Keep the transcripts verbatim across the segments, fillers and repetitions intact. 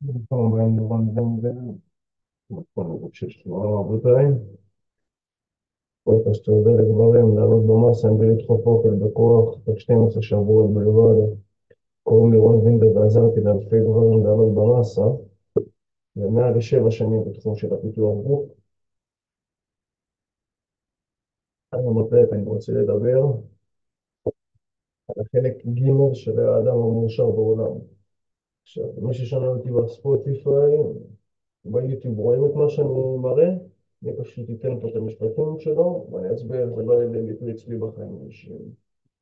Então, Brando, vamos ver quando vocês vão bem. Depois estou a ver הגברים לעלות במסה בלי לדחוף אוכל בכוח, תוך שתים עשרה שבועות בלבד. קוראים לי רון וינדר ועזרתי לאלפי גברים לעלות במסה, ומעל לשבע שנים בתחום של הפיתוח גוף. היום בפרק אני רוצה לדבר על החלק ג' של האדם המאושר בעולם. עכשיו, מי ששמע אותי בספוטיפיי, ביוטיוב רואים את מה שאני מראה, אני פשוט אתן פה את המשפטים שלו, ואני אסביר איך זה בא לידי ביטוי אצלי בחיים האישיים.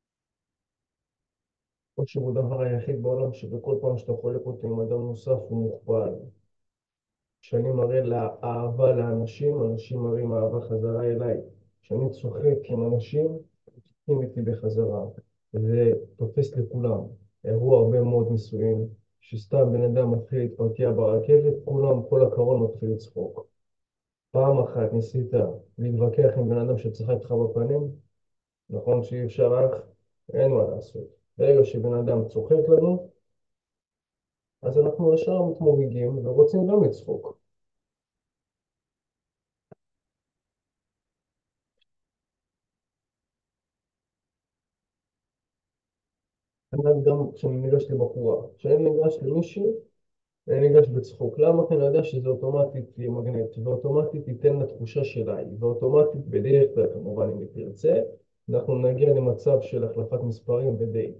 הקושי הוא הדבר היחיד בעולם שבכל פעם שאתה חולק אותי עם אדם נוסף הוא מוכפל. כשאני מראה לאהבה לאנשים, אנשים מראים אהבה חזרה אליי. כשאני צוחק עם אנשים, צוחקים איתי בחזרה. זה תופס לכולם. אירעו הרבה מאוד ניסויים, שסתם בן אדם מתחיל להתפרקע ברכבת, כולם, כל הקרון מתחיל לצחוק. פעם אחת ניסית להתווכח עם בן אדם שצחק איתך בפנים, נכון שאי אפשר רק, אין מה לעשות. ברגע שבן אדם צוחק לנו, אז אנחנו ישר מתמוגגים ורוצים גם לצחוק. כנ"ל גם כשאני ניגש לבחורה. כשאני ניגש למישהי, אני ניגש בצחוק. למה? כי אני יודע שזה אוטומטית יהיה מגנט, ואוטומטית ייתן לה תחושה שלה, ואוטומטית בדרך כלל, כמובן אם היא תרצה, אנחנו נגיע למצב של החלפת מספרים בדייט.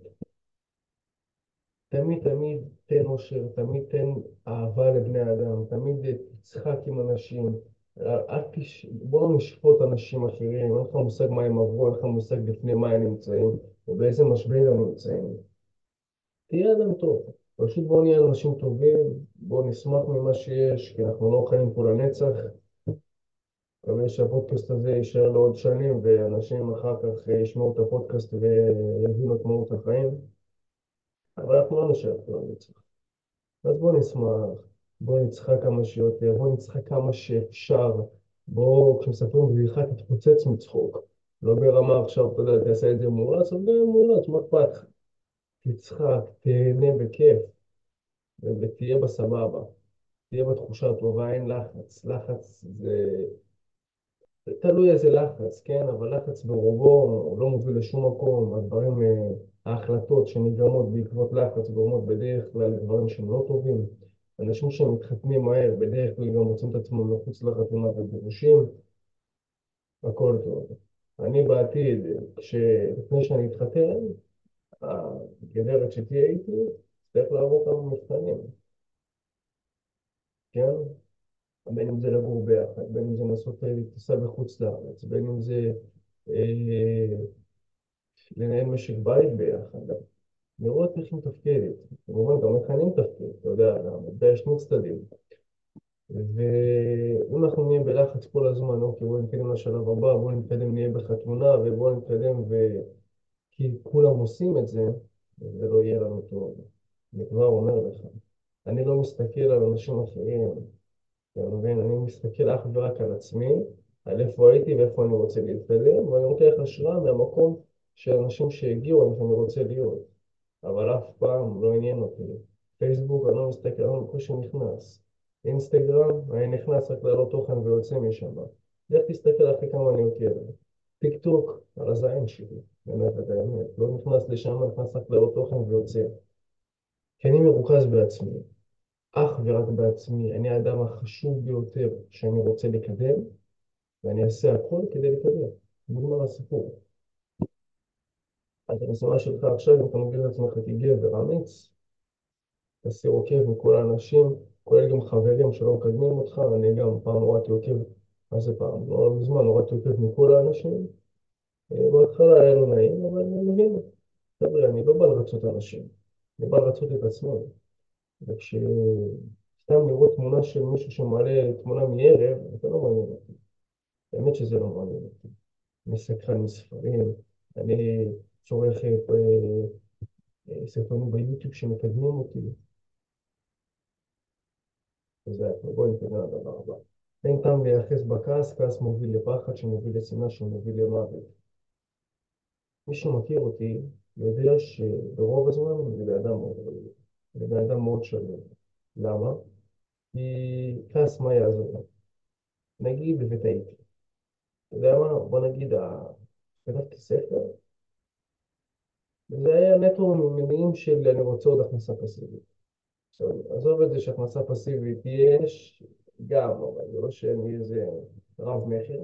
תמיד תמיד תן אושר, תמיד תן אהבה לבני אדם, תמיד תצחק עם אנשים, אל תש... בוא לא נשפוט אנשים אחרים, אין לך מושג מה הם עברו, אין לך מושג לפני מה הם נמצאים, ובאיזה משבר הם נמצאים. תהיה אדם טוב, פשוט בוא נהיה אנשים טובים, בוא נשמח ממה שיש, כי אנחנו לא חיים פה לנצח, מקווה שהפודקאסט הזה יישאר לעוד שנים, ואנשים אחר כך ישמעו את הפודקאסט ויבינו את מהות החיים, אבל אנחנו לא נשאר פה לנצח. אז בוא נשמח, בוא נצחק כמה שיותר, בוא נצחק כמה שאפשר, בוא, כשמספרים בדיחה תתפוצץ מצחוק. לא ברמה עכשיו, אתה יודע, תעשה את זה מואץ, אבל גם מואץ, מה אכפת לך? תצחק, תהנה בכיף, ו- ותהיה בסבבה. תהיה בתחושה הטובה, אין לחץ. לחץ זה... זה תלוי איזה לחץ, כן? אבל לחץ ברובו לא מוביל לשום מקום. הדברים, אה, ההחלטות שנגרמות בעקבות לחץ גורמות בדרך כלל לדברים שהם לא טובים. אנשים שמתחתנים מהר בדרך כלל גם מוצאים את עצמם מחוץ לחתונה וגירושים, הכל טוב. אני בעתיד, כש... לפני שאני אתחתן, הגברת שתהיה איתי, צריך לעבור כמה מבחנים, כן? בין אם זה לגור ביחד, בין אם זה לעשות אה, טיסה בחוץ לארץ, בין אם זה אה, לנהל משק בית ביחד, לראות איך היא מתפקדת. כמובן גם איך אני מתפקד, אתה יודע, למטבע יש שני צדדים. ואם אנחנו נהיה בלחץ כל הזמן, אוקיי, בואו נתקדם לשלב הבא, בואו נתקדם, נהיה בחתונה, ובואו נתקדם, ו... כי כולם עושים את זה, זה לא יהיה לנו טוב. אני כבר אומר לך, אני לא מסתכל על אנשים אחרים, אתה מבין? אני מסתכל אך ורק על עצמי, על איפה הייתי ואיפה אני רוצה להתקדם, ואני לוקח השראה מהמקום של אנשים שהגיעו, איפה אני רוצה להיות. אבל אף פעם לא עניין אותי. פייסבוק, אני לא מסתכל, אני בקושי נכנס. אינסטגרם, אני נכנס רק להעלות תוכן ויוצא משם. לך תסתכל אחרי כמה אני עוקב. טיק טוק, על הזין שלי, באמת, את האמת. לא נכנס לשם, נכנס רק להעלות תוכן ויוצא. כי אני מרוכז בעצמי, אך ורק בעצמי. אני האדם החשוב ביותר שאני רוצה לקדם, ואני אעשה הכל כדי לקדם. נגמר הסיפור. אז המשימה שלך עכשיו, אם אתה מגדיר את עצמך כגבר אמיץ, תסיר עוקב מכל האנשים, כולל גם חברים שלא מקדמים אותך. אני גם פעם הורדתי עוקב, מה זה פעם? לא מזמן הורדתי עוקב מכל האנשים. אה, בהתחלה היה לא נעים, אבל אני מבין. חבר'ה, אני לא בא לרצות אנשים, אני בא לרצות את עצמי. וכשסתם לראות תמונה של מישהו שמעלה תמונה מערב, זה לא מעניין אותי. באמת שזה לא מעניין אותי. אני סקרן מספרים, אני צורך אה, אה, סרטונים ביוטיוב שמקדמים אותי. וזה הכל. בואי נתקדם לדבר הבא. אין טעם להיאחז בכעס, כעס מוביל לפחד, שמוביל לשנאה, שמוביל למוות. מי שמכיר אותי יודע שברוב הזמן אני בן אדם מאוד רגיל. אני בן אדם מאוד שלם. למה? כי כעס מה יעזור. נגיד וטעיתי. אתה יודע מה? בוא נגיד, ה- כתבתי ספר, וזה היה נטו ממניעים של אני רוצה עוד הכנסה פסיבית. עכשיו, עזוב את זה שהכנסה פסיבית יש גם, אבל זה לא שאני איזה רב מכר.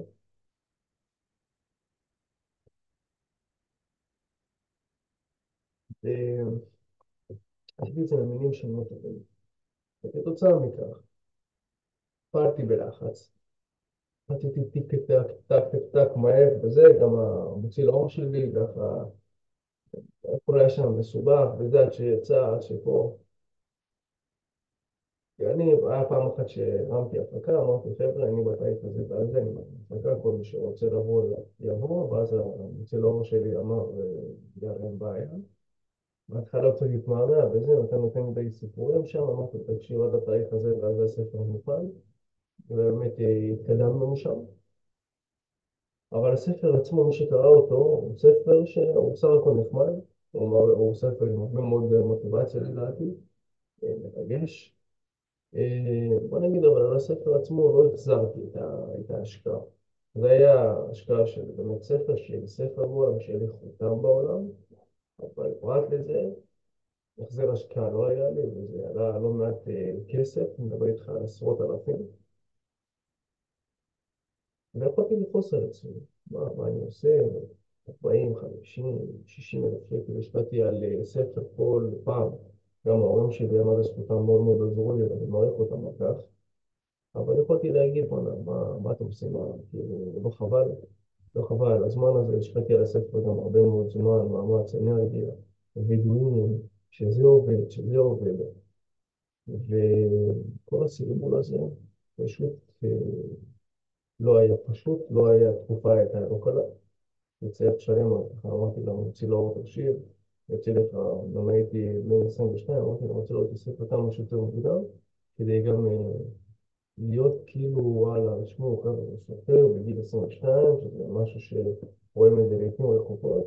אה, עשיתי את זה ממניעים שהם לא טובים. וכתוצאה מכך, פעלתי בלחץ, רציתי טיק טק טק טק טק טק מהר וזה, גם המוציא לאור שלי, ככה, הכל היה שם מסובך, וזה עד שיצא, עד שפה. כי אני, היה פעם אחת שהרמתי הפקה, אמרתי, חבר'ה, אני בתאריך הזה ועל זה, אני בהפקה, כל מי שרוצה לבוא, יבוא, ואז המוציא לאור שלי אמר, אה, יאללה, אין בעיה. בהתחלה הוא קצת התמהמה וזה, נתן נותן די סיפורים שם, אמרתי, תקשיב עד התאריך הזה, ואז זה הספר מוכן, ובאמת אה, התקדמנו משם. אבל הספר עצמו, מי שקרא אותו, הוא ספר שהוא בסך הכל נחמד, הוא, מר- הוא ספר עם הרבה מאוד מוטיבציה לדעתי, אה, מרגש. אה, בוא נגיד, אבל על הספר עצמו לא החזרתי את ה- את ההשקעה. זה היה השקעה של באמת ספר, שיהיה לי ספר בעולם, שיהיה לי חותם בעולם, אבל פרט לזה, החזר השקעה לא היה לי, וזה עלה לא מעט אה, כסף, אני מדבר איתך על עשרות אלפים. ויכולתי לכעוס על עצמי, מה, מה אני עושה? ארבעים, חמישים, שישים אלף שקל השקעתי על אה, ספר כל פעם. גם ההורים שלי, אמר זכותם מאוד מאוד עזרו לי, ואני מעריך אותם על כך. אבל יכולתי להגיד, בוא'נה, מה, מה אתם עושים? מה, כאילו, לא חבל? לא חבל. על הזמן הזה השקעתי על הספר גם הרבה מאוד זמן, מאמץ, אנרגיה, וידועים, שזה עובד, שזה עובד. וכל הסרבול הזה פשוט אה, לא היה פשוט, לא היה, תקופה הייתה לא קלה. יוצא איך שלם, ככה אמרתי לה, מוציא לו תקשיב, יוצא לך, גם הייתי בן עשרים ושתיים, אמרתי לה, מוציא לו את הספר כמה שיותר מוקדם, כדי גם אה, להיות כאילו, וואלה, שמעו, חבר'ה, הוא סופר בגיל עשרים ושתיים, שזה משהו שרואים את זה לעיתים רחוקות,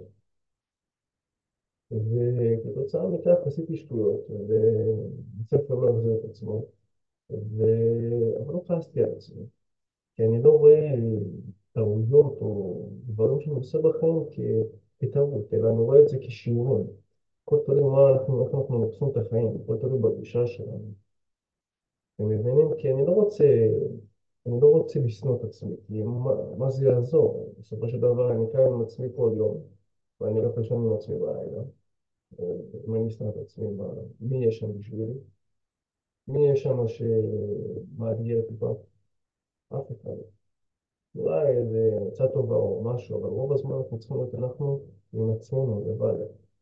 וכתוצאה מכך עשיתי שטויות, והספר לא החזיר את עצמו, ו... אבל לא כעסתי על עצמי. כי אני לא רואה טעויות או דברים שאני עושה בחיים כ- כטעות, אלא אני רואה את זה כשיעורים. הכל תלוי מה אנחנו, איך אנחנו לוקחים את החיים, הכל תלוי בגישה שלנו. אתם מבינים? כי אני לא רוצה, אני לא רוצה לשנוא את עצמי, כי מה, מה זה יעזור? בסופו של דבר אני קם עם עצמי כל יום, ואני הולך לישון עם עצמי בלילה. אה, אם אני אשנא את עצמי, מה, מי יהיה שם בשבילי? מי יהיה שם שמאתגר טיפה? אף אחד. אולי איזה עצה טובה או משהו, אבל רוב הזמן אנחנו צריכים להיות אנחנו עם עצמנו לבד.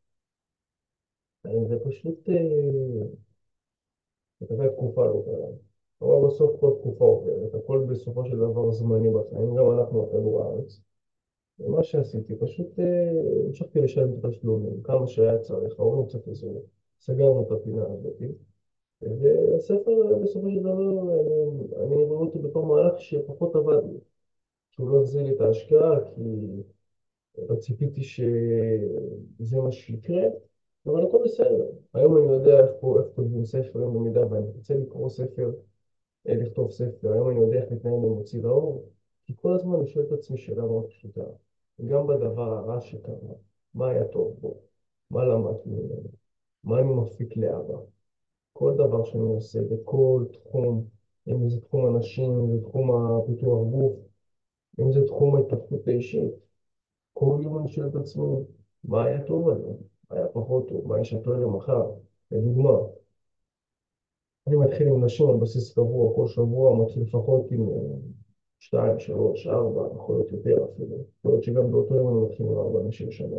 זה פשוט, אה, אתה יודע, תקופה לא קרה. אבל בסוף כל תקופה עוברת, הכל בסופו של דבר זמני בחיים, גם אנחנו על כדור הארץ. ומה שעשיתי, פשוט אה, המשכתי לשלם את התשלומים, כמה שהיה צריך, ההורים קצת עזרו, סגרנו את הפינה הזאת, והספר בסופו של דבר, אני, אני רואה אותו בתור מהלך שפחות עבד לי, שהוא לא החזיר לי את ההשקעה, כי לא ציפיתי שזה מה שיקרה, אבל הכל בסדר. היום אני יודע איך פה, איך כותבים ספר, היום במידה ואני רוצה לקרוא ספר, אה, לכתוב ספר, היום אני יודע איך להתנהל במוציא לאור, כי כל הזמן אני שואל את עצמי שאלה מאוד פשוטה, גם בדבר הרע שקרה, מה היה טוב בו, מה למדתי ממנו, מה אני מפיק לאבא, כל דבר שאני עושה, בכל תחום, אם זה תחום אנשים, אם זה תחום הפיתוח גוף, אם זה תחום ההתפתחות האישית, כל יום אני שואל את עצמי, מה היה טוב היום? מה היה פחות טוב? מה יש יותר למחר? לדוגמה, אני מתחיל עם נשים על בסיס קבוע, כל שבוע מתחיל לפחות עם אה, שתיים, שלוש, ארבע, יכול להיות יותר אפילו. יכול להיות שגם באותו יום אני מתחיל עם ארבע נשים שנה.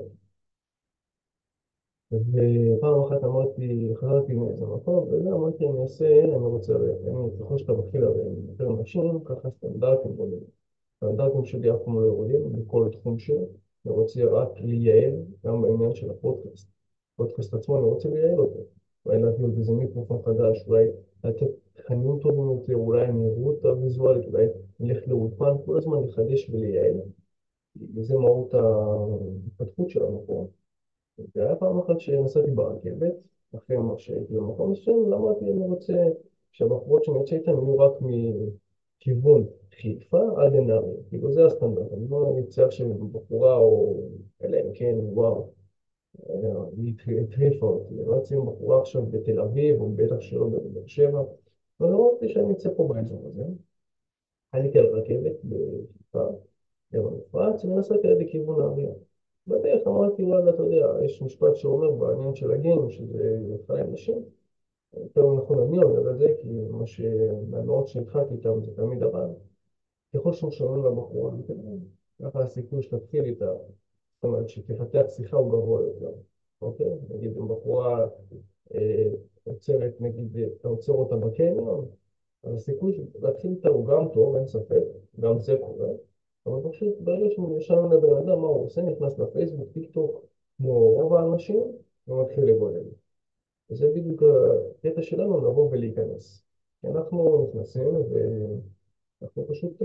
ופעם אחת אמרתי, חזרתי מאיזה מקום, וזה אמרתי, אני אעשה, אני רוצה, אני, ככל שאתה מתחיל הרי עם יותר נשים, ככה סטנדרטים בודדים. הסטנדרטים שלי אף פעם לא יורדים בכל תחום שלי, אני רוצה רק לייעל גם בעניין של הפודקאסט. הפודקאסט עצמו אני רוצה לייעל אותו, אולי להביא עוד איזה מיקרופון חדש, אולי לתת תכנים טובים יותר, אולי הנראות הוויזואלית, אולי נלך לאולפן, כל הזמן לחדש ולייעל, וזה מהות ההתפתחות שלנו פה. והיה פעם אחת שנסעתי ברכבת, אחרי מה שהייתי במקום מסוים, ואמרתי, אני רוצה שהבחורות שאני יוצא איתן יהיו רק מכיוון חיפה עד לנהריה. כאילו זה הסטנדרט. אני לא יוצא עכשיו עם בחורה או אלא אם כן, וואו, אה, היא הטריפה אותי. אני לא יוצא עם בחורה עכשיו בתל אביב, או בטח שלא בבאר שבע. אבל לא אמרתי שאני אצא פה באזור הזה. עליתי על רכבת בחיפה, גם המפרץ, ונסעתי עד לכיוון נהריה. בדרך אמרתי, וואלה, אתה יודע, יש משפט שאומר בעניין של הגיים, שזה התחלה עם נשים. יותר נכון, אני אומר את זה, כי מה ש... מהמאות שהתחלתי איתם זה תמיד עבד. ככל שמשלמים לבחורה, ככה הסיכוי שתתחיל איתה, זאת אומרת, שתפתח שיחה הוא גבוה יותר, אוקיי? נגיד, אם בחורה אה, עוצרת, נגיד, אתה עוצר אותה בקניון, אז הסיכוי להתחיל איתה הוא גם טוב, אין ספק, גם זה קורה, אבל פשוט ברגע שמשלם לבן אדם, מה הוא עושה? נכנס לפייסבוק, טיק טוק, כמו רוב האנשים, ומתחיל לגולל. וזה בדיוק הקטע שלנו, לבוא ולהיכנס. כי אנחנו נכנסים ואנחנו פשוט אה,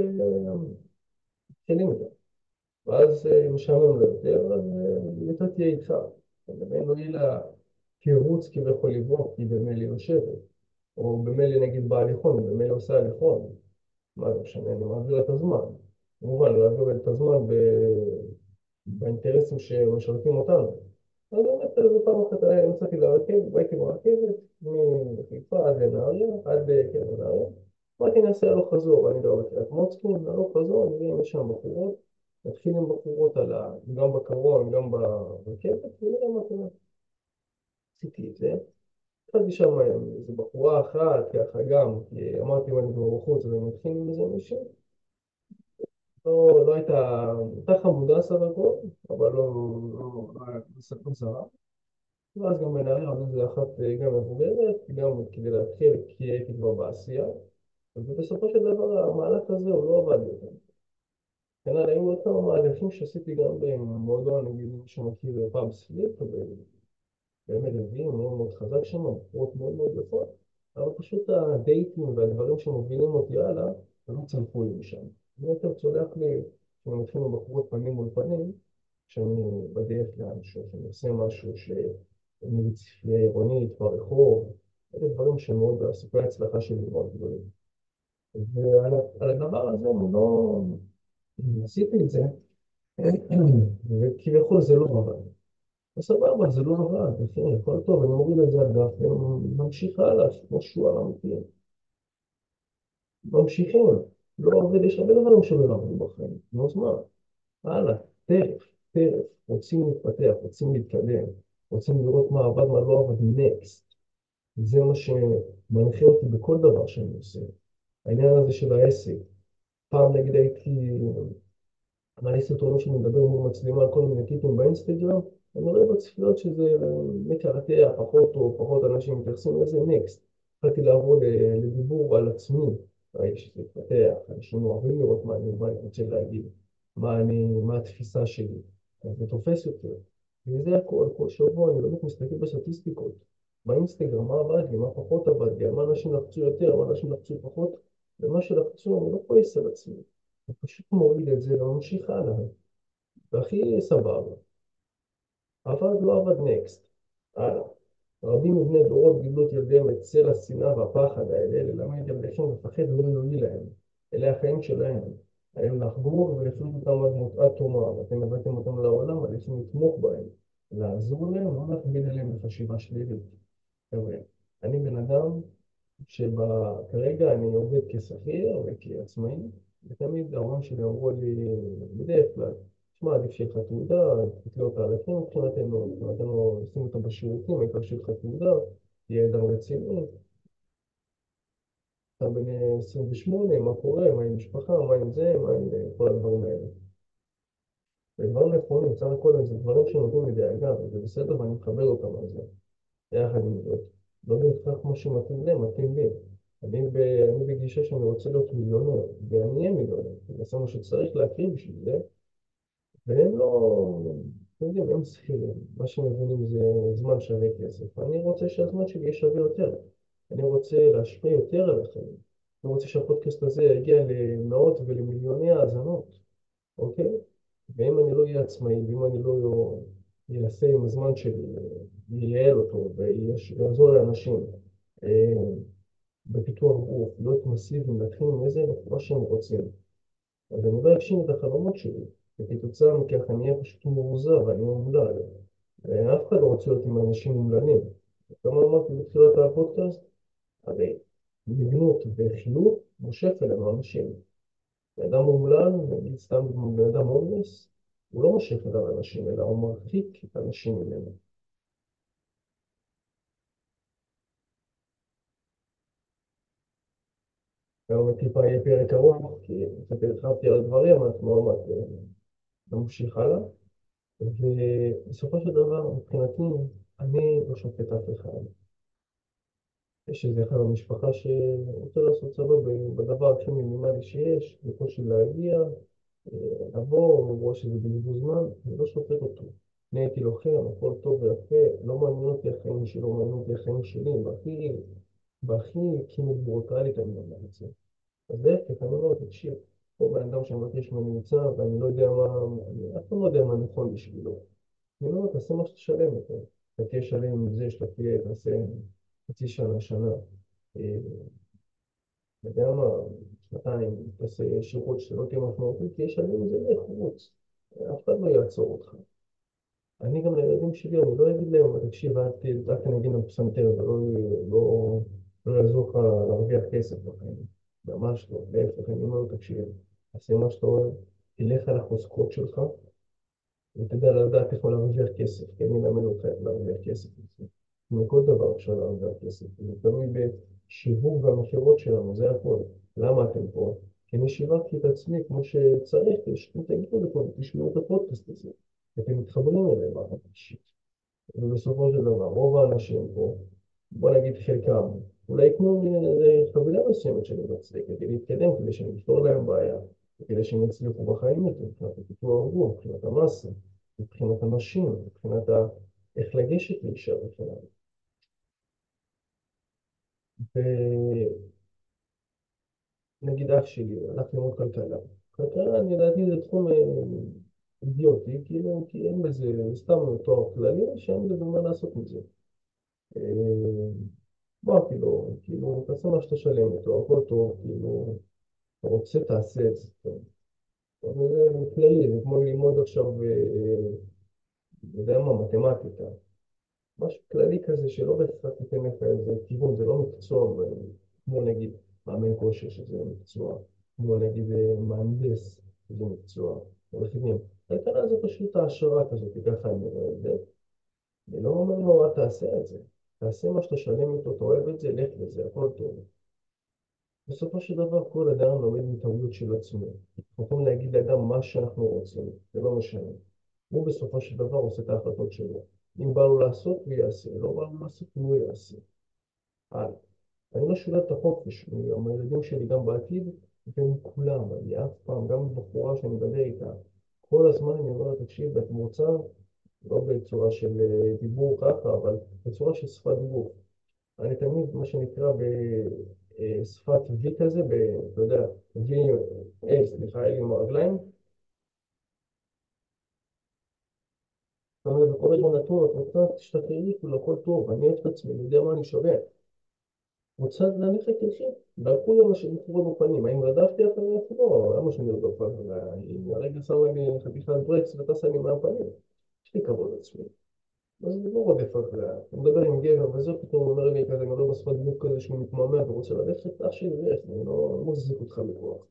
מתחילים את זה. ואז אה, משעמם לו יותר, אז אה, יותר תהיה איתך. באמת לא יהיה לה תירוץ כביכול לברוח, כי במילא היא יושבת. או במילא נגיד בהליכון, במילא עושה הליכון. מה זה משנה, אני מעביר את הזמן. כמובן, להעביר את הזמן ב... באינטרסים שמשרתים אותנו. אז באמת, אז פעם אחת נסעתי לרכבת, הייתי ברכבת, מחיפה עד לנהריה, עד כן, לנהריה. אמרתי, נעשה הלוך חזור, אני גר בקריית מוצקין, הלוך חזור, נראה אם יש שם בחורות. נתחיל עם בחורות על ה... גם בקרון, גם ברכבת, ונראה מה קורה. עשיתי את זה. התחלתי שם עם איזו בחורה אחת, ככה גם, כי אמרתי, אם אני כבר בחוץ, אז אני מתחיל עם איזה מישהו. לא, לא הייתה, הייתה חמודה סך הכל, אבל לא, לא, לא היה לא זרה. ואז גם בנהריה עוד איזה אחת אה, גם מבוגרת, גם כדי להתחיל, כי הייתי כבר בעשייה. ובסופו של דבר המהלך הזה הוא לא עבד יותר. כנראה היו עוד כמה מהלכים שעשיתי גם במועדון, נגיד מי שמכיר פאב סליפ, באמת הביאו מאוד מאוד חזק שם, בחורות מאוד מאוד יפות, אבל פשוט הדייטים והדברים שמובילים אותי הלאה, לא צלחו לי משם. אני יותר צולח לי, כשאני מתחיל עם בחורות פנים מול פנים, כשאני בדרך לאנשהו, שאני עושה משהו שנגיד ספרייה עירונית, ברחוב, אלה דברים שמאוד, הסיכויי ההצלחה שלי מאוד גדולים. ועל על הדבר הזה אני לא עשיתי את זה, וכביכול זה לא עבד. אז סבבה, זה לא עבד, אחי, הכל טוב, אני מוריד את זה על דף, וממשיך הלאה, כמו שוער אמיתי. ממשיכים, לא עובד, יש הרבה דברים שלא עבדו בחיים, נו אז מה? הלאה, טרף, טרף, רוצים להתפתח, רוצים להתקדם, רוצים לראות מה עבד, מה לא עבד, נקסט. זה מה שמנחה אותי בכל דבר שאני עושה. העניין הזה של העסק. פעם נגיד הייתי מעלה סרטונים שאני מדבר מול מצלמה על כל מיני טיפים באינסטגרם, אני רואה בצפיות שזה מקרטע, פחות טוב, פחות אנשים מתייחסים לזה, נקסט. התחלתי לעבור ל- לדיבור על עצמי, ראיתי שזה התפתח, אנשים אוהבים לראות מה אני, מה אני רוצה להגיד, מה אני, מה התפיסה שלי, אז זה תופס יותר. וזה הכל, כל שבוע אני באמת מסתכל בסטטיסטיקות, באינסטגרם, מה עבד לי, מה פחות עבד לי, על מה אנשים לחצו יותר, על מה אנשים לחצו פחות, ומה שלחצו אני לא כועס על עצמי. אני פשוט מוריד את זה וממשיך הלאה. והכי סבבה. עבד לא עבד נקסט. הלאה. רבים מבני דורות גידלו את ילדיהם את צל השנאה והפחד האלה, ללמד ילדיכם לפחד לא יועיל להם. אלה החיים שלהם. עליהם לחגוג ולחיות אותם עד מות תומה, ואתם הבאתם אותם לעולם, עליכם לתמוך בהם, לעזור להם, לא להכביד עליהם בחשיבה שלילית. חבר'ה, אני בן אדם שכרגע אני עובד כשכיר וכעצמאי, ותמיד ההורים שלי אמרו לי בדרך כלל, שמע, עדיף שיהיה לך תעודה, תתלה אותה על הקיר מבחינתנו, מבחינתנו נשים אותה בשירותים, העיקר שיהיה לך תעודה, תהיה אדם רציני, אתה בן עשרים ושמונה, מה קורה, מה עם משפחה, מה עם זה, מה עם אה, כל הדברים האלה. ודברים נכונים, סך הכל זה דברים שנובעים מדאגה, וזה בסדר ואני מכבד אותם על זה. יחד עם זאת, לא בהכרח כמו שמתאים להם, מתאים לי. אני, ב, אני בגישה שאני רוצה להיות מיליונר, ואני אהיה מיליונר. זה עושה מה שצריך להכיר בשביל זה, והם לא, אתם יודעים, הם שכירים. מה שהם מבינים זה זמן שווה כסף. אני רוצה שהזמן שלי יהיה שווה יותר. אני רוצה להשפיע יותר על החיים. אני רוצה שהפודקאסט הזה יגיע למאות ולמיליוני האזנות, אוקיי? ואם אני לא אהיה עצמאי, ואם אני לא אנסה עם הזמן שלי, ייעל אותו ויעזור לאנשים, אה, בפיתוח גוף, להיות מסיביים, להתחיל עם איזה מה שהם רוצים. אז אני לא אגשים את החלומות שלי, וכתוצאה מכך אני אהיה פשוט מאוזר ואני אומלל. ואף אחד לא רוצה להיות עם אנשים אומללים. כמו אמרתי בתחילת הפודקאסט, הרי מגנות וחינוך מושך אלינו אנשים. אדם אומלל, נגיד סתם בן אדם הומלס, הוא לא מושך אליו אנשים, אלא הוא מרחיק את האנשים ממנו. היום טיפה יהיה פרק ארוך, כי קצת הרחבתי על הדברים, אנחנו עוד מעט אה, נמשיך הלאה. ובסופו של דבר, מבחינתי, אני לא שופט אף אחד. יש איזה אחד במשפחה שרוצה לעשות צבא ב- בדבר הכי מינימלי שיש, בקושי להגיע, אה, לבוא, הוא רואה שזה בזבוז זמן, אני לא שופט אותו. אני הייתי לוחם, הכל טוב ויפה, לא מעניין אותי החיים שלו, מעניין אותי החיים שלי, והכי, והכי כמעט ברוטלית אני אומר את זה. אז להפך, אני אומר, תקשיב, פה בן אדם שמבקש ממני עצה, ואני לא יודע מה, אני אף פעם לא יודע מה נכון בשבילו. אני אומר, תעשה מה שתשלם יותר. אתה תהיה שלם עם זה שאתה תהיה, תעשה חצי שנה, שנה. אה, אתה יודע מה, שנתיים, תעשה שירות שלא תהיה משמעותית, תהיה שלם עם זה לחוץ. אף אחד לא יעצור אותך. אני גם לילדים שלי, אני לא אגיד להם, תקשיב, אל ת- אל תנגן על פסנתר, זה לא, לא, לא יעזור לך להרוויח כסף בחיים. ממש לא, להפך, אני אומר, תקשיב, תעשה מה שאתה אוהב, תלך על החוזקות שלך, ותדע לדעת איך להרוויח כסף, כי אני אלמד אותך איך להרוויח כסף. מכל דבר אפשר להרוויח כסף, זה תלוי בשיווק והמכירות שלנו, זה הכל. למה אתם פה? כי אני שיווקתי את עצמי כמו שצריך, כדי שאתם תגידו לפה ותשמעו את הפודקאסט הזה, ואתם מתחברים אליהם ברמה אישית. ובסופו של דבר, רוב האנשים פה, בוא נגיד חלקם, אולי יקנו איזה חבילה מסוימת שאני רוצה כדי להתקדם, כדי שאני אפתור להם בעיה, וכדי שהם יצליחו בחיים יותר, מבחינת הפיתוח גוף, מבחינת המסה, מבחינת הנשים, מבחינת ה... איך לגשת לאישה וכן הלאה. ונגיד אח שלי, הלך ללמוד כלכלה. כלכלה, לדעתי, זה תחום אה, אידיוטי, כאילו, כי אין בזה, זה סתם תואר כללי, שאין בזה מה לעשות מזה. אה, אמרתי לו, כאילו, תעשה מה שאתה שלם איתו, הכל טוב, כאילו, אתה רוצה, תעשה את זה. טוב. אבל זה כללי, זה כמו ללמוד עכשיו, אה, לא יודע מה, מתמטיקה. משהו כללי כזה שלא בהכרח ייתן לך איזה כיוון, זה לא מקצוע, אבל כמו נגיד מאמן כושר שזה מקצוע, כמו נגיד אה, מהנדס שזה מקצוע, עורך דין. כלכלה זה פשוט העשרה כזאת, ככה אני רואה את זה. אני לא אומר לו, אל תעשה את זה. תעשה מה שאתה שלם איתו, אתה אוהב את זה, לך לזה, הכל טוב. בסופו של דבר כל אדם לומד מטעויות של עצמו. אנחנו יכולים להגיד לאדם מה שאנחנו רוצים, זה לא משנה. הוא בסופו של דבר עושה את ההחלטות שלו. אם בא לו לעשות, הוא יעשה. לא בא לו לעשות, הוא לא יעשה. הלאה. אני לא שולל את החופש מהילדים שלי גם בעתיד, ומכולם. אני אף פעם, גם בחורה שאני מדבר איתה, כל הזמן אני אומר לה, תקשיב, את רוצה, לא בצורה של אה, דיבור ככה, אבל בצורה של שפת דיבור. אני תמיד, מה שנקרא, בשפת V כזה, ב, אתה יודע, V, אה, סליחה, אלה עם הרגליים. זאת אומרת, בכל רגע נתון, את רוצה, תשתחררי, כאילו, הכל טוב, אני אוהב את עצמי, אני יודע מה אני שווה. רוצה ללכת, תלכי, דרכו לי מה שנקרא בפנים, האם רדפתי אחריה? לא, למה שאני ארדוף אחריה? היא הרגע שמה לי חתיכת ברקס וטסה לי מהפנים. יש לי כבוד עצמי. אז אני לא רודף אחריה. אני מדבר עם גבר וזה, פתאום הוא אומר לי כזה, אני לא בשפת גוף כזה שהוא מתמהמה ורוצה ללכת, אח שלי, לך, אני לא לא מחזיק אותך בכוח.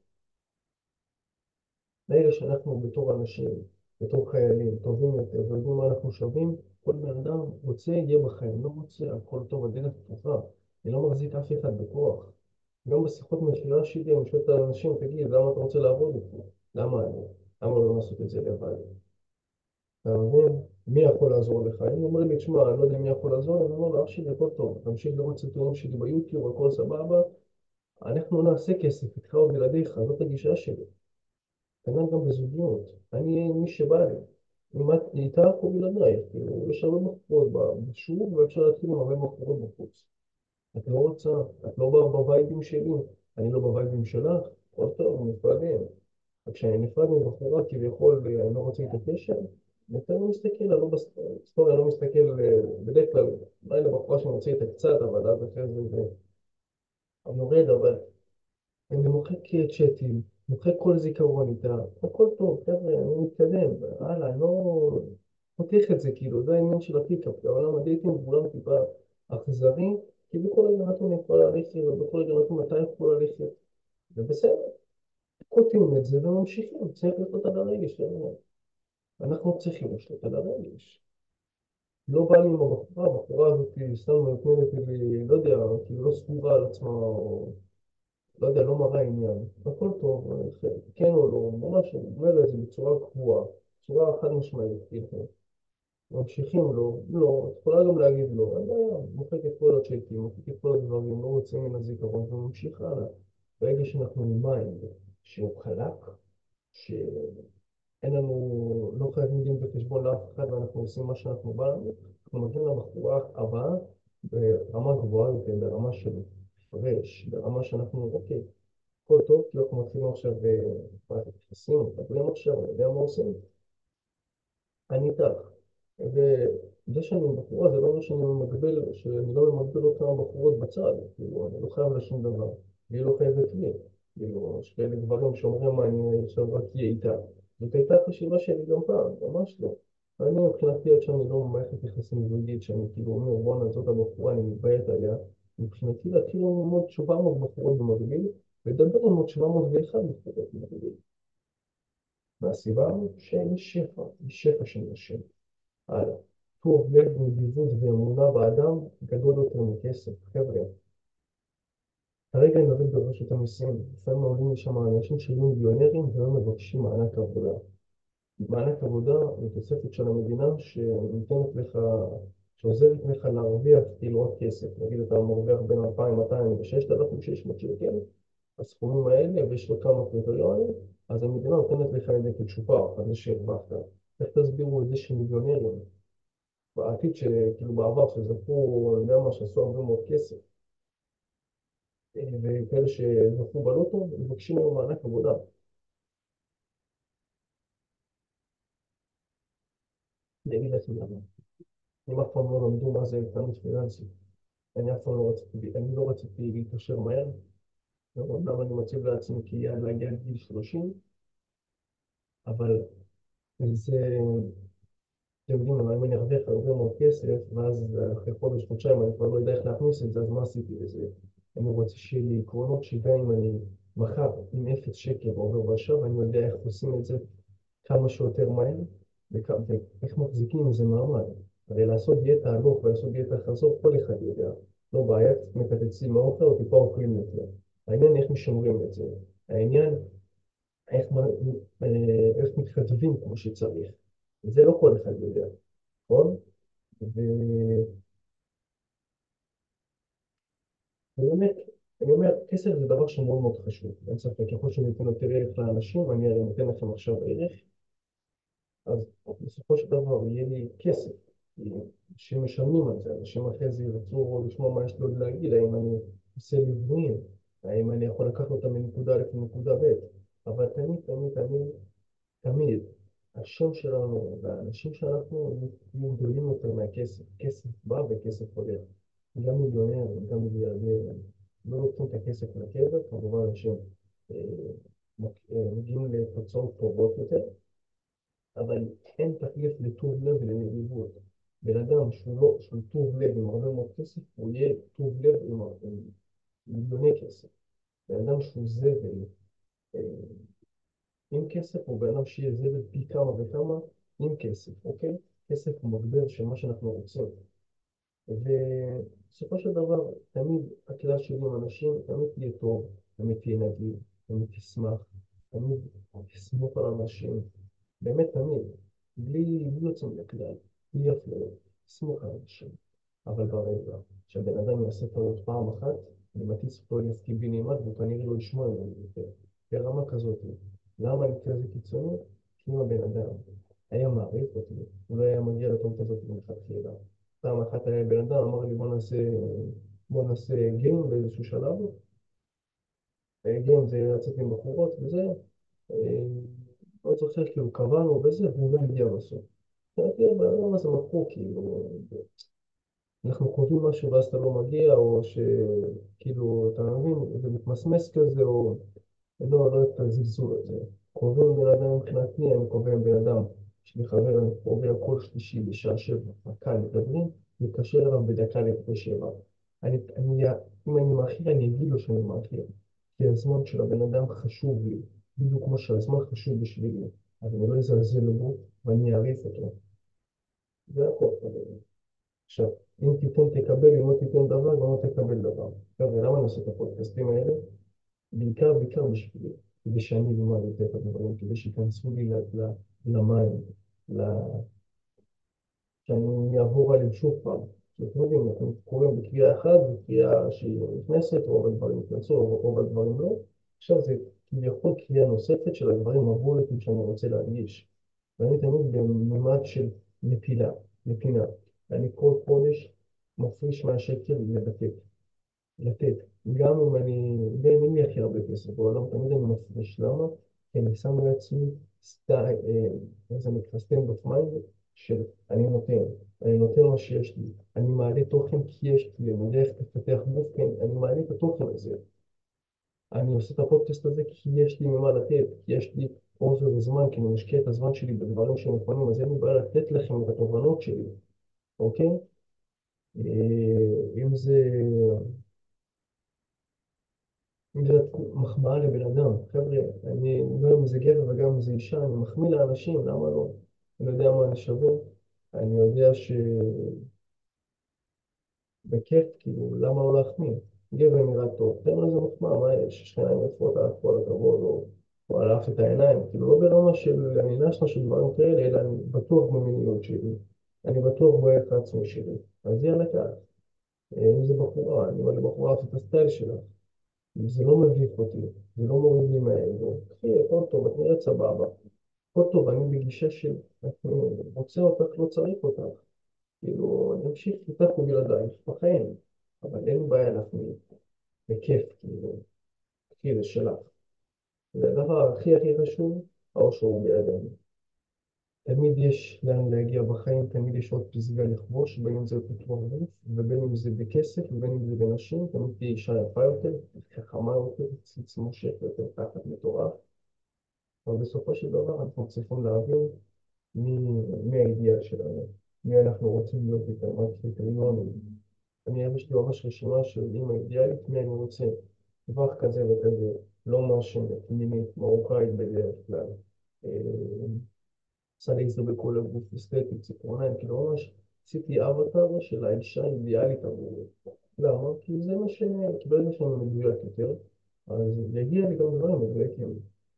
ברגע שאנחנו בתור אנשים, בתור חיילים, טובים יותר, ויודעים מה אנחנו שווים, כל בן אדם רוצה, יהיה בחיים, לא רוצה, הכל טוב, הדלת פתוחה. אני לא מחזיק אף אחד בכוח. גם בשיחות מכירה שלי, אני שואל את האנשים, תגיד, למה אתה רוצה לעבוד איתי? למה אני? למה לא לעשות את זה לבד? אתה מבין? מי יכול לעזור לך? אם הוא אומר לי, תשמע, אני לא יודע מי יכול לעזור, אני אומר לו, אח שלי, הכל טוב, תמשיך לראות סרטונים שלי ביוטיוב, הכל סבבה, אנחנו נעשה כסף איתך או בלעדיך, זאת הגישה שלי. כנ"ל גם בזוגיות. אני אהיה מי שבא לי. אם את איתך או בלעדייך, כאילו, יש הרבה בחורות בשוק, ואפשר להתחיל עם הרבה בחורות בחוץ. את לא רוצה, את לא באה בווייבים שלי, אני לא בווייבים שלך, הכל טוב, נפרדים. וכשאני נפרד מבחורה כביכול ואני לא רוצה את הקשר, אני יותר לא מסתכל, אני לא בסטוריה, אני לא מסתכל, אה, בדרך כלל, אולי לבחורה שאני רוצה איתה קצת, אבל אז אחרי זה, זה אני יורד, אבל אני מוחק צ'אטים, מוחק כל זיכרון איתה, הכל טוב, חבר'ה, אני מתקדם, הלאה, אני לא פותח את זה, כאילו, זה העניין של הפיקאפ, בעולם הדייטינג כולם טיפה אכזרי, כי בכל רגע נתון יכול ללכת, ובכל רגע נתון מתי יכול ללכת, ובסדר, קוטעים את זה וממשיכים, צריך לחיות על הרגש, חבר'ה. אנחנו צריכים לשלוט על הרגש. לא בא לי עם הבחורה, הבחורה הזאת סתם נותנת לי, לא יודע, כאילו לא סגורה על עצמה, או לא יודע, לא מראה עניין. הכל טוב, כן או לא, ממש אני אומר את זה בצורה קבועה, בצורה חד משמעית, כאילו. ממשיכים לו, לא, את יכולה גם להגיד לא, אין בעיה, מוחק את כל הצ'אטים, מוחק את כל הדברים, לא רוצה מן הזיכרון, וממשיך הלאה. ברגע שאנחנו במים, שהוא חלק, אין לנו, לא חייבים דין וחשבון לאף אחד ואנחנו עושים מה שאנחנו בא לנו, אנחנו מגיעים למחבורה הבאה ברמה גבוהה יותר, ברמה של פרש, ברמה שאנחנו, אוקיי, הכל טוב, כי אנחנו מתחילים עכשיו במערכת יחסים, מדברים עכשיו, אני יודע מה עושים, אני איתך. וזה שאני עם בחורה זה לא אומר שאני מגביל, שאני לא ממגביל עוד כמה בחורות בצד, כאילו, אני לא חייב לה שום דבר, והיא לא חייבת לי. כאילו, יש כאלה דברים שאומרים מה אני עכשיו רק אהיה איתה. זאת הייתה החשיבה שלי גם פעם, ממש לא. אני מבחינתי עד שאני לא במערכת יחסים זוגית, שאני כאילו אומר בואנה זאת הבחורה, אני מתביית עליה, מבחינתי להתחיל ללמוד שבע מאות בחורות במקביל, ולדבר עם עוד שבע מאות ואחת בחורות במקביל. מהסיבה שיש שפע, יש שפע של נשים. הלאה. טוב לב, נדיבות ואמונה באדם גדול יותר מכסף. חבר'ה, כרגע אני עובד ברשות המיסים, לפעמים עולים לי שם אנשים שהיו מיליונרים ולא מבקשים מענק עבודה. מענק עבודה זה תוספת של המדינה שנותנת לך, שעוזרת לך להרוויח כאילו עוד כסף. נגיד אתה מרוויח בין אלפיים ומאתיים ל-ששת אלפים ושש מאות שקל, הסכומים האלה, ויש לו כמה קריטריונים, אז המדינה נותנת לך את זה כתשובה על זה שהרווחת. איך תסבירו את זה שמיליונרים בעתיד שכאילו בעבר שזכו, אני יודע מה, שעשו הרבה מאוד כסף, וכאלה שזכו בלוטו, מבקשים היום מענק עבודה. אני אגיד לכם למה. אם אף פעם לא למדו מה זה איתנות פיננסית, אני אף פעם לא רציתי, אני לא רציתי להתעשר מהר, אומנם אני מציב לעצמי כיעד להגיע לגיל שלושים, אבל זה, אתם יודעים, אם אני ארוויח הרבה מאוד כסף, ואז אחרי חודש, חודשיים, אני כבר לא יודע איך להכניס את זה, אז מה עשיתי בזה? אני רוצה שיהיה לי עקרונות שגם אם אני מחר עם אפס שקל עובר ושב, אני יודע איך עושים את זה כמה שיותר מהר, וכ- ואיך מחזיקים איזה מעמד. הרי לעשות דיאטה הלוך ולעשות דיאטה חזור, כל אחד יודע. לא בעיה, מקצצים מהאוכל או טיפה אוכלים יותר. העניין איך משמרים את זה. העניין איך, מ- אה, איך מתכתבים כמו שצריך. זה לא כל אחד יודע. נכון? ובאמת, אני אומר, כסף זה דבר שמאוד מאוד חשוב. אין ספק, ככל שניתן יותר ערך לאנשים, אני הרי נותן לכם עכשיו ערך, אז בסופו של דבר יהיה לי כסף. כי אנשים משלמים על זה, אנשים אחרי זה ירצו לשמוע מה יש לו להגיד, האם אני עושה ליוויים, האם אני יכול לקחת אותם מנקודה א' לנקודה ב', אבל תמיד, תמיד, תמיד תמיד, השם שלנו והאנשים שאנחנו יהיו גדולים יותר מהכסף. כסף בא וכסף הולך. גם מיליונר, גם מיליארדר, לא לוקחים את הכסף לקבר, כמובן שהם אה, מק- אה, מגיעים לתוצאות טובות יותר, אבל אין תחליף לטוב לב ולנדיבות. בן אדם שהוא לא, שהוא טוב לב עם הרבה מאוד כסף, הוא יהיה טוב לב עם, עם מיליוני כסף. בן אדם שהוא זבל, אה, עם כסף הוא בן אדם שיהיה זבל פי כמה וכמה עם כסף, אוקיי? כסף הוא מגבר של מה שאנחנו רוצים. ובסופו של דבר, תמיד הכלל שלי עם אנשים, תמיד תהיה טוב, תמיד תהיה נדיב, תמיד תשמח, תמיד תסמוך על אנשים, באמת תמיד, בלי, בלי יוצאים מן הכלל, בלי אפליות, תסמוך על אנשים. אבל ברגע שהבן אדם יעשה טעות פעם אחת, אני מטיס אותו להסכים קיבינימט והוא כנראה לא ישמע ממני יותר. ברמה כזאת. למה אני כזה קיצוני? כי אם הבן אדם היה מעריך אותי, הוא לא היה מגיע לטעות הזאת מלכתחילה. פעם אחת היה בן אדם, אמר לי בוא נעשה, בוא נעשה גיים באיזשהו שלב. אה, גיים זה לצאת עם בחורות וזה. אה, לא זוכר כאילו קבענו וזה, והוא לא הגיע בסוף. מבחינתי הבן אדם הזה מכור כאילו. אנחנו קובעים משהו ואז אתה לא מגיע, או שכאילו, אתה מבין, זה מתמסמס כזה, או לא, לא את הזלזול הזה. קובעים בן אדם מבחינתי, אני קובע בן אדם, יש לי חבר, אני קובע כל שלישי בשעה שבע, כאן מדברים, מתקשר אליו בדקה לפני שבע. אני, אני, אם אני מאחר, אני אגיד לו שאני מאחר. כי הזמן של הבן אדם חשוב לי, בדיוק כמו שהזמן חשוב בשבילי. אז אני לא אזלזל בו, ואני אעריך אותו. זה הכל. עכשיו, אם תיתן תקבל, אם לא תיתן דבר, גם לא תקבל דבר. חבר'ה, למה אני עושה את הפודקאסטים האלה? בעיקר, בעיקר בשבילי, כדי שאני אלמד יותר את הדברים, כדי שייכנסו לי ל- ל- למים, ל- שאני אעבור עליהם שוב פעם. כי אתם יודעים, אנחנו קוראים בקריאה אחת, זו קריאה שהיא נכנסת, רוב הדברים ייכנסו, רוב הדברים לא. עכשיו זה כביכול קריאה נוספת של הדברים הבולטים שאני רוצה להדגיש. ואני תמיד בממד של נפילה, נפינה. אני כל חודש מפריש מהשקל לבתי. לתת. גם אם אני, גם אם אין לי הכי הרבה כסף בעולם, תמיד אני מפריש. למה? כי אני שם לעצמי סטייל, איזה נקרא stand of mind של אני נותן. אני נותן מה שיש לי. אני מעלה תוכן כי יש לי. אני יודע איך לפתח גוף, כן, אני מעלה את התוכן הזה. אני עושה את הפודקאסט הזה כי יש לי ממה לתת, כי יש לי אובר וזמן, כי אני משקיע את הזמן שלי בדברים שנכונים, אז אין לי בעיה לתת לכם את התובנות שלי, אוקיי? אה, אם זה אם זה מחמאה לבן אדם, חבר'ה, אני גם אם זה גבר וגם אם זה אישה, אני מחמיא לאנשים, למה לא? אני יודע מה אני שווה, אני יודע שבכיף, כאילו, למה לא להחמיא? גבר נראה טוב, תן לו איזה מחמאה, מה יש? יש לך עיניים יפות, על כל הכבוד, או, או על אף את העיניים, כאילו, לא ברמה של אני נשנה של דברים כאלה, אלא אני בטוח במיניות שלי, אני בטוח בערך העצמי שלי, אז יאללה ככה, אם זה בחורה, אני אומר לבחורה, אהבת את הסטייל שלה. זה לא מביך אותי, זה לא מוריד לי מהאגו. אחי, הכל טוב, את נראית סבבה. הכל טוב, אני בגישה של אני רוצה אותך, לא צריך אותך. כאילו, אני אמשיך איתך ובלעדייך בחיים. אבל אין בעיה להחמיא, בכיף, כאילו, אחי, זה שלך. זה הדבר הכי הכי חשוב, האושר הוא בידינו. תמיד יש לאן להגיע בחיים, תמיד יש עוד פסגה לכבוש, בין אם זה בפיתוח גוף, ובין אם זה בכסף, ובין אם זה בנשים, תמיד תהיה אישה יפה יותר, חכמה יותר, ציץ מושך יותר, תחת מטורף. אבל בסופו של דבר אנחנו צריכים להבין מי, מי האידיאל שלנו, מי אנחנו רוצים להיות איתם, מה הקריטריונים. אני יש לי ממש רשימה של אימא אידיאלית, מי אני רוצה, טווח כזה וכזה, לא משהו פנימית, מרוקאית בדרך כלל. אה, עשה לייזר בכל הגוף, אסתטי, ציפורניים, כאילו ממש עשיתי אבטר של האישה האידיאלית עבורי. למה? כי זה מה ש... כי ברגע שאני מדויק יותר, אז יגיע לי גם דברים מדויקים.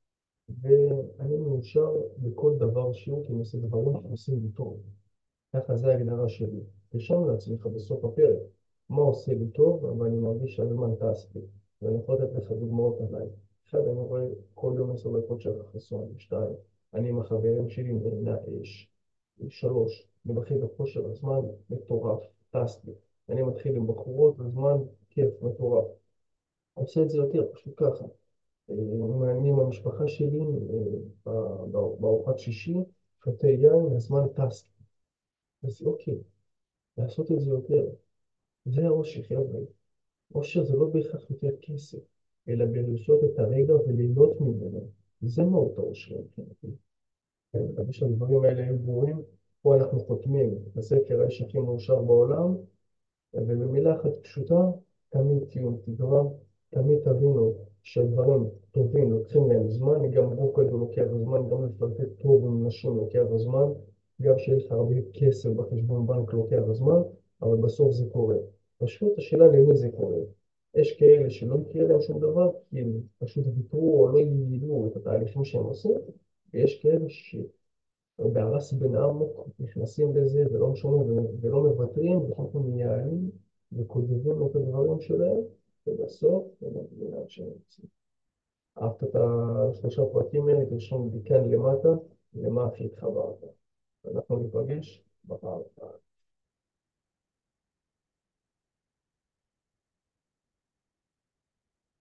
ואני מאושר בכל דבר שהוא, כי אני עושה דברים שעושים לי טוב. ככה זה ההגדרה שלי. תרשום לעצמך בסוף הפרק מה עושה לי טוב, אבל אני מרגיש שהזמן טס בי. ואני יכול לתת לך דוגמאות עליי. אחד, אני רואה כל יום עשר דקות של חסון. שתיים, אני עם החברים שלי נהנה אש. שלוש, אני מתחיל בכושר, הזמן מטורף, טס בי. אני מתחיל עם בחורות, הזמן כיף, מטורף. אני עושה את זה יותר, פשוט ככה. אני עם המשפחה שלי, אה, ב- בארוחת שישי, שותה יין, הזמן טס. אז אוקיי, לעשות את זה יותר. זה האושר, חבר'ה. אושר זה לא בהכרח יותר כסף, אלא בלעשות את הרגע וליהנות ממנו. זה מהות האושר מבחינתי. אני מקווה שהדברים האלה היו ברורים. פה אנחנו חותמים את הספר האיש הכי מאושר בעולם, ובמילה אחת פשוטה, תמיד תהיו עם תקווה, תמיד תבינו שדברים טובים לוקחים להם זמן, גם גוף גדול לוקח זמן, גם לפלטט טוב עם נשים לוקח זמן, גם שיש לך הרבה כסף בחשבון בנק לוקח זמן, אבל בסוף זה קורה. פשוט השאלה למי זה קורה. יש כאלה שלא יקרה להם שום דבר, כי הם פשוט ויתרו או לא יעילו את התהליכים שהם עושים, ויש כאלה ש... בהרס בן עמוק נכנסים לזה ולא משנה ולא מוותרים, ואנחנו מייעלים וכותבים את הדברים שלהם, ובסוף הם מגיעים לאן שהם רוצים. אהבת את השלושה פרקים האלה, תרשום לי כאן למטה, למה הכי התחברת. אנחנו ניפגש בפעם הבאה.